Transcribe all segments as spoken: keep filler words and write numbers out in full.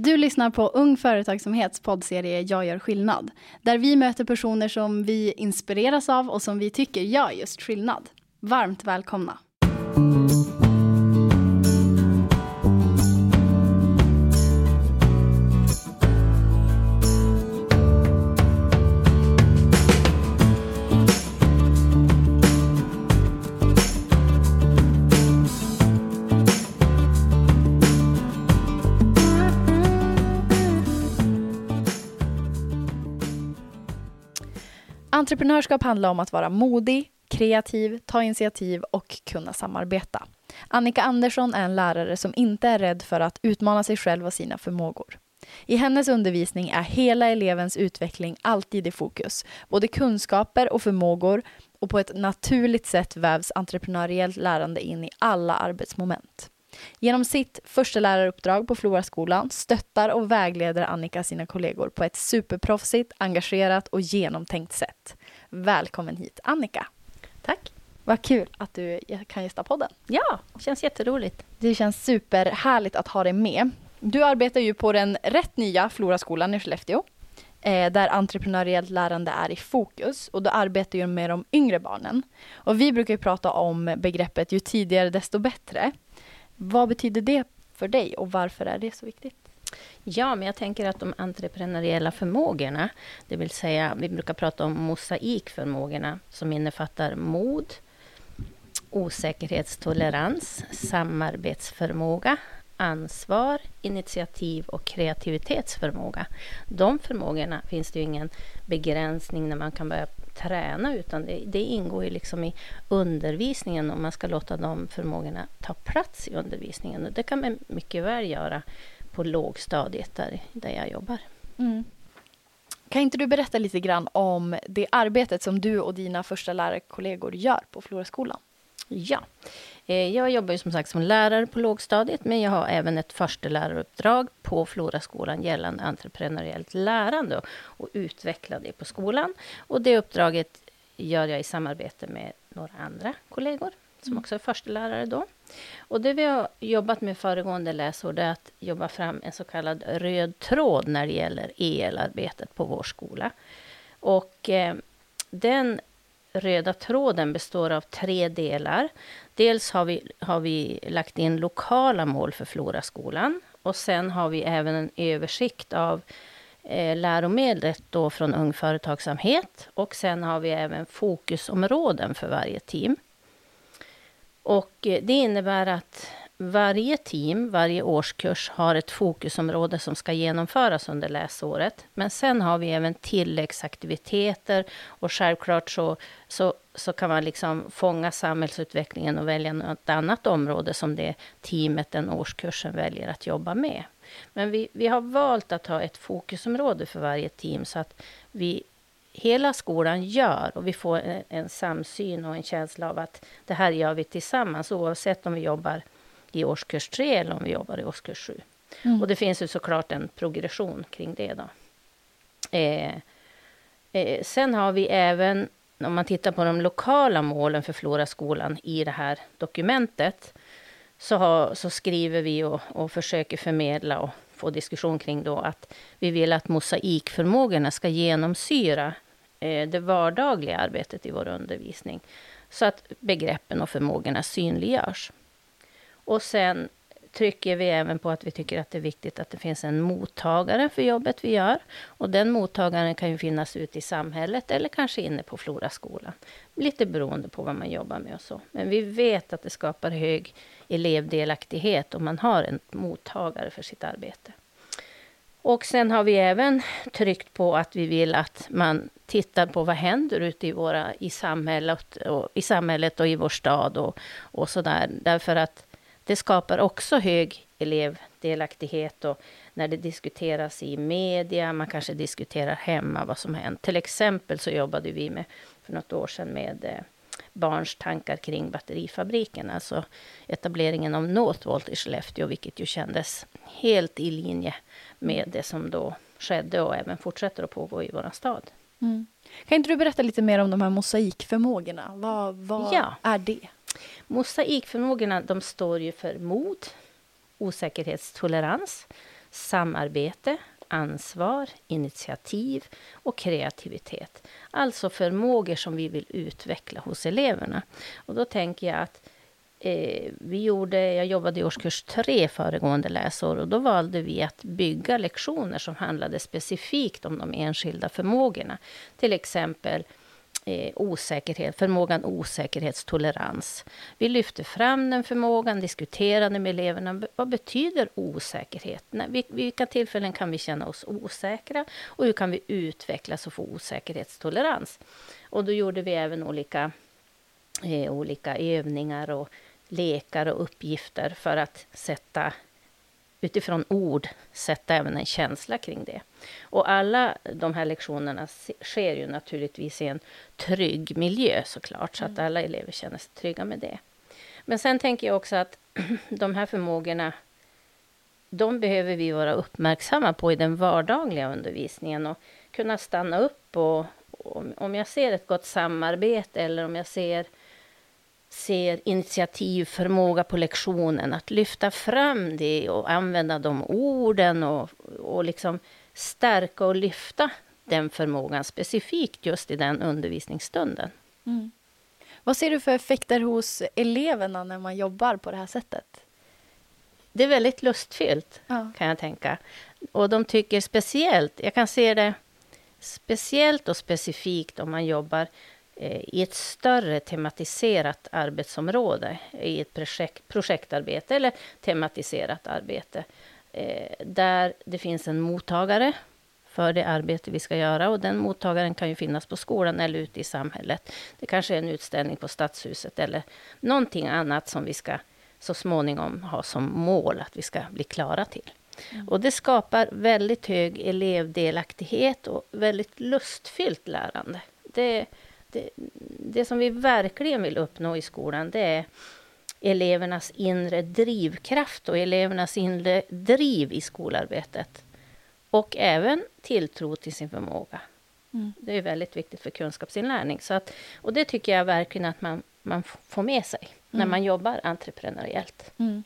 Du lyssnar på Ung Företagsamhets poddserie Jag gör skillnad. Där vi möter personer som vi inspireras av och som vi tycker gör just skillnad. Varmt välkomna! Entreprenörskap handlar om att vara modig, kreativ, ta initiativ och kunna samarbeta. Annika Andersson är en lärare som inte är rädd för att utmana sig själv och sina förmågor. I hennes undervisning är hela elevens utveckling alltid i fokus. Både kunskaper och förmågor, och på ett naturligt sätt vävs entreprenöriellt lärande in i alla arbetsmoment. Genom sitt första läraruppdrag på Floraskolan stöttar och vägleder Annika sina kollegor på ett superproffsigt, engagerat och genomtänkt sätt. Välkommen hit, Annika. Tack. Vad kul att du kan gästa podden. Ja, det känns jätteroligt. Det känns superhärligt att ha dig med. Du arbetar ju på den rätt nya Floraskolan i Skellefteå, där entreprenöriellt lärande är i fokus, och du arbetar ju med de yngre barnen. Och vi brukar ju prata om begreppet ju tidigare desto bättre. Vad betyder det för dig och varför är det så viktigt? Ja, men jag tänker att de entreprenöriella förmågorna, det vill säga vi brukar prata om mosaikförmågorna som innefattar mod, osäkerhetstolerans, samarbetsförmåga, ansvar, initiativ och kreativitetsförmåga. De förmågorna finns det ju ingen begränsning när man kan börja träna, utan det, det ingår ju liksom i undervisningen om man ska låta de förmågorna ta plats i undervisningen. Och det kan man mycket väl göra på lågstadiet där, där jag jobbar. Mm. Kan inte du berätta lite grann om det arbetet som du och dina första lärarkollegor gör på Floraskolan? Ja, jag jobbar ju som sagt som lärare på lågstadiet, men jag har även ett första läraruppdrag på Floraskolan gällande entreprenöriellt lärande och utveckla det på skolan. Och det uppdraget gör jag i samarbete med några andra kollegor som också är första lärare då. Och det vi har jobbat med föregående läsår är att jobba fram en så kallad röd tråd när det gäller E L-arbetet på vår skola. Och eh, den röda tråden består av tre delar. Dels har vi, har vi lagt in lokala mål för Floraskolan. Och sen har vi även en översikt av eh, läromedlet då från Ung Företagsamhet. Och sen har vi även fokusområden för varje team. Och eh, det innebär att varje team, varje årskurs har ett fokusområde som ska genomföras under läsåret. Men sen har vi även tilläggsaktiviteter, och självklart så, så, så kan man liksom fånga samhällsutvecklingen och välja något annat område som det teamet, den årskursen, väljer att jobba med. Men vi, vi har valt att ha ett fokusområde för varje team så att vi hela skolan gör, och vi får en, en samsyn och en känsla av att det här gör vi tillsammans, oavsett om vi jobbar i årskurs tre eller om vi jobbar i årskurs sju. Mm. Och det finns ju såklart en progression kring det då. Eh, eh, sen har vi även, om man tittar på de lokala målen för Floraskolan i det här dokumentet, så, har, så skriver vi och, och försöker förmedla och få diskussion kring då att vi vill att mosaikförmågorna ska genomsyra eh, det vardagliga arbetet i vår undervisning, så att begreppen och förmågorna synliggörs. Och sen trycker vi även på att vi tycker att det är viktigt att det finns en mottagare för jobbet vi gör. Och den mottagaren kan ju finnas ute i samhället eller kanske inne på Floraskolan. Lite beroende på vad man jobbar med och så. Men vi vet att det skapar hög elevdelaktighet om man har en mottagare för sitt arbete. Och sen har vi även tryckt på att vi vill att man tittar på vad händer ute i, våra, i, samhället, och, i samhället och i vår stad och, och sådär. Därför att det skapar också hög elevdelaktighet, och när det diskuteras i media, man kanske diskuterar hemma vad som hänt. Till exempel så jobbade vi med för något år sedan med eh, barns tankar kring batterifabriken, alltså etableringen av Northvolt i Skellefteå, vilket ju kändes helt i linje med det som då skedde och även fortsätter att pågå i vår stad. Mm. Kan inte du berätta lite mer om de här mosaikförmågorna? Vad, vad ja. är det? Mosaikförmågorna, de står ju för mod, osäkerhetstolerans, samarbete, ansvar, initiativ och kreativitet. Alltså förmågor som vi vill utveckla hos eleverna. Och då tänker jag att eh, vi gjorde, jag jobbade i årskurs tre föregående läsår och då valde vi att bygga lektioner som handlade specifikt om de enskilda förmågorna. Till exempel Eh, osäkerhet, förmågan osäkerhetstolerans. Vi lyfte fram den förmågan, diskuterade med eleverna. Vad betyder osäkerhet? När, vid vilka tillfällen kan vi känna oss osäkra? Och hur kan vi utvecklas och få osäkerhetstolerans? Och då gjorde vi även olika, eh, olika övningar och lekar och uppgifter för att sätta utifrån ord sätta även en känsla kring det. Och alla de här lektionerna sker ju naturligtvis i en trygg miljö såklart. Så att alla elever känner sig trygga med det. Men sen tänker jag också att de här förmågorna, de behöver vi vara uppmärksamma på i den vardagliga undervisningen. Och kunna stanna upp och om jag ser ett gott samarbete eller om jag ser ser initiativ, förmåga på lektionen, att lyfta fram det och använda de orden och, och liksom stärka och lyfta den förmågan specifikt just i den undervisningsstunden. Mm. Vad ser du för effekter hos eleverna när man jobbar på det här sättet? Det är väldigt lustfyllt, ja. Kan jag tänka. Och de tycker speciellt, jag kan se det speciellt och specifikt om man jobbar i ett större tematiserat arbetsområde, i ett projekt, projektarbete eller tematiserat arbete, eh, där det finns en mottagare för det arbete vi ska göra, och den mottagaren kan ju finnas på skolan eller ute i samhället. Det kanske är en utställning på Stadshuset eller någonting annat som vi ska så småningom ha som mål att vi ska bli klara till. Mm. Och det skapar väldigt hög elevdelaktighet och väldigt lustfyllt lärande. Det Det, det som vi verkligen vill uppnå i skolan, det är elevernas inre drivkraft och elevernas inre driv i skolarbetet. Och även tilltro till sin förmåga. Mm. Det är väldigt viktigt för kunskapsinlärning. Så att, och det tycker jag verkligen att man, man får med sig mm. när man jobbar entreprenöriellt. Mm.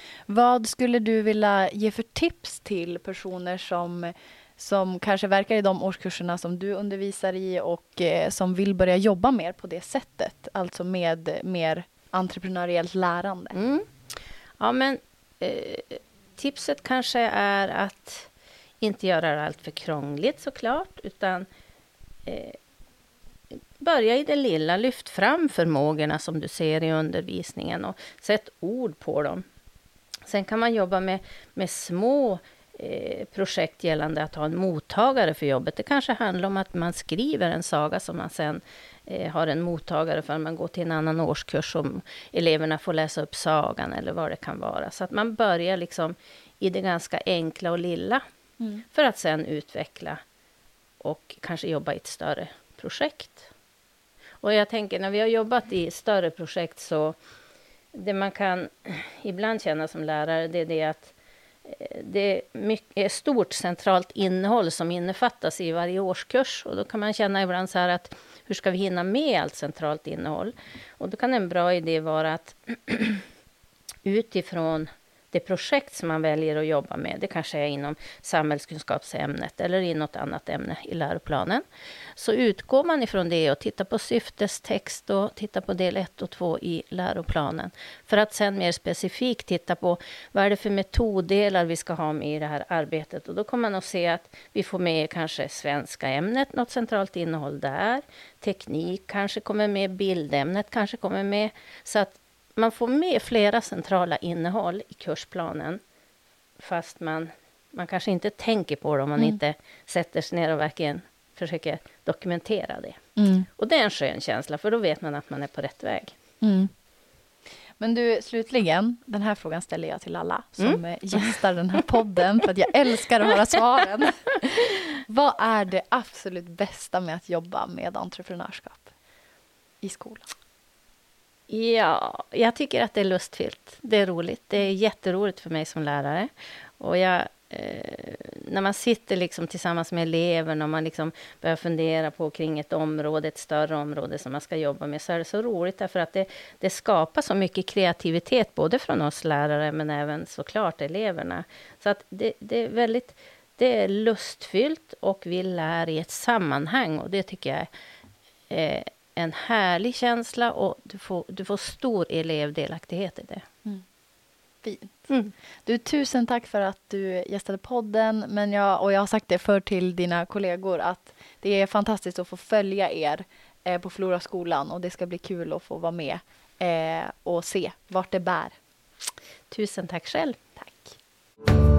Vad skulle du vilja ge för tips till personer som... som kanske verkar i de årskurserna som du undervisar i och eh, som vill börja jobba mer på det sättet, alltså med mer entreprenöriellt lärande? Mm. Ja, men eh, tipset kanske är att inte göra det allt för krångligt såklart, utan eh, börja i det lilla, lyft fram förmågorna som du ser i undervisningen och sätt ord på dem. Sen kan man jobba med, med små projekt gällande att ha en mottagare för jobbet. Det kanske handlar om att man skriver en saga som man sen eh, har en mottagare för. Man går till en annan årskurs som eleverna får läsa upp sagan eller vad det kan vara. Så att man börjar liksom i det ganska enkla och lilla mm. för att sen utveckla och kanske jobba i ett större projekt. Och jag tänker när vi har jobbat i större projekt så det man kan ibland känna som lärare, det är det att det är mycket stort centralt innehåll som innefattas i varje årskurs. Och då kan man känna ibland så här att hur ska vi hinna med allt centralt innehåll? Och då kan en bra idé vara att utifrån det projekt som man väljer att jobba med, det kanske är inom samhällskunskapsämnet eller i något annat ämne i läroplanen, så utgår man ifrån det och tittar på syftestext och tittar på del ett och två i läroplanen. För att sen mer specifikt titta på vad är det för metoddelar vi ska ha med i det här arbetet. Och då kommer man att se att vi får med kanske svenska ämnet, något centralt innehåll där. Teknik kanske kommer med, bildämnet kanske kommer med. Så att man får med flera centrala innehåll i kursplanen, fast man, man kanske inte tänker på det om man mm. inte sätter sig ner och verkligen försöker dokumentera det. Mm. Och det är en skön känsla, för då vet man att man är på rätt väg. Mm. Men du, slutligen, den här frågan ställer jag till alla som mm. gästar den här podden, för att jag älskar att höra svaren. Vad är det absolut bästa med att jobba med entreprenörskap i skolan? Ja, jag tycker att det är lustfyllt. Det är roligt. Det är jätteroligt för mig som lärare. Och jag, eh, när man sitter liksom tillsammans med eleverna och man liksom börjar fundera på kring ett område, ett större område som man ska jobba med, så är det så roligt därför att det, det skapar så mycket kreativitet både från oss lärare men även såklart eleverna. Så att det, det är väldigt det är lustfyllt och vi lär i ett sammanhang och det tycker jag är en härlig känsla och du får, du får stor elevdelaktighet i det. Mm. Fint. Mm. Du, tusen tack för att du gästade podden. Men jag, och jag har sagt det för till dina kollegor att det är fantastiskt att få följa er eh, på Floraskolan. Och det ska bli kul att få vara med eh, och se vart det bär. Tusen tack själv. Tack.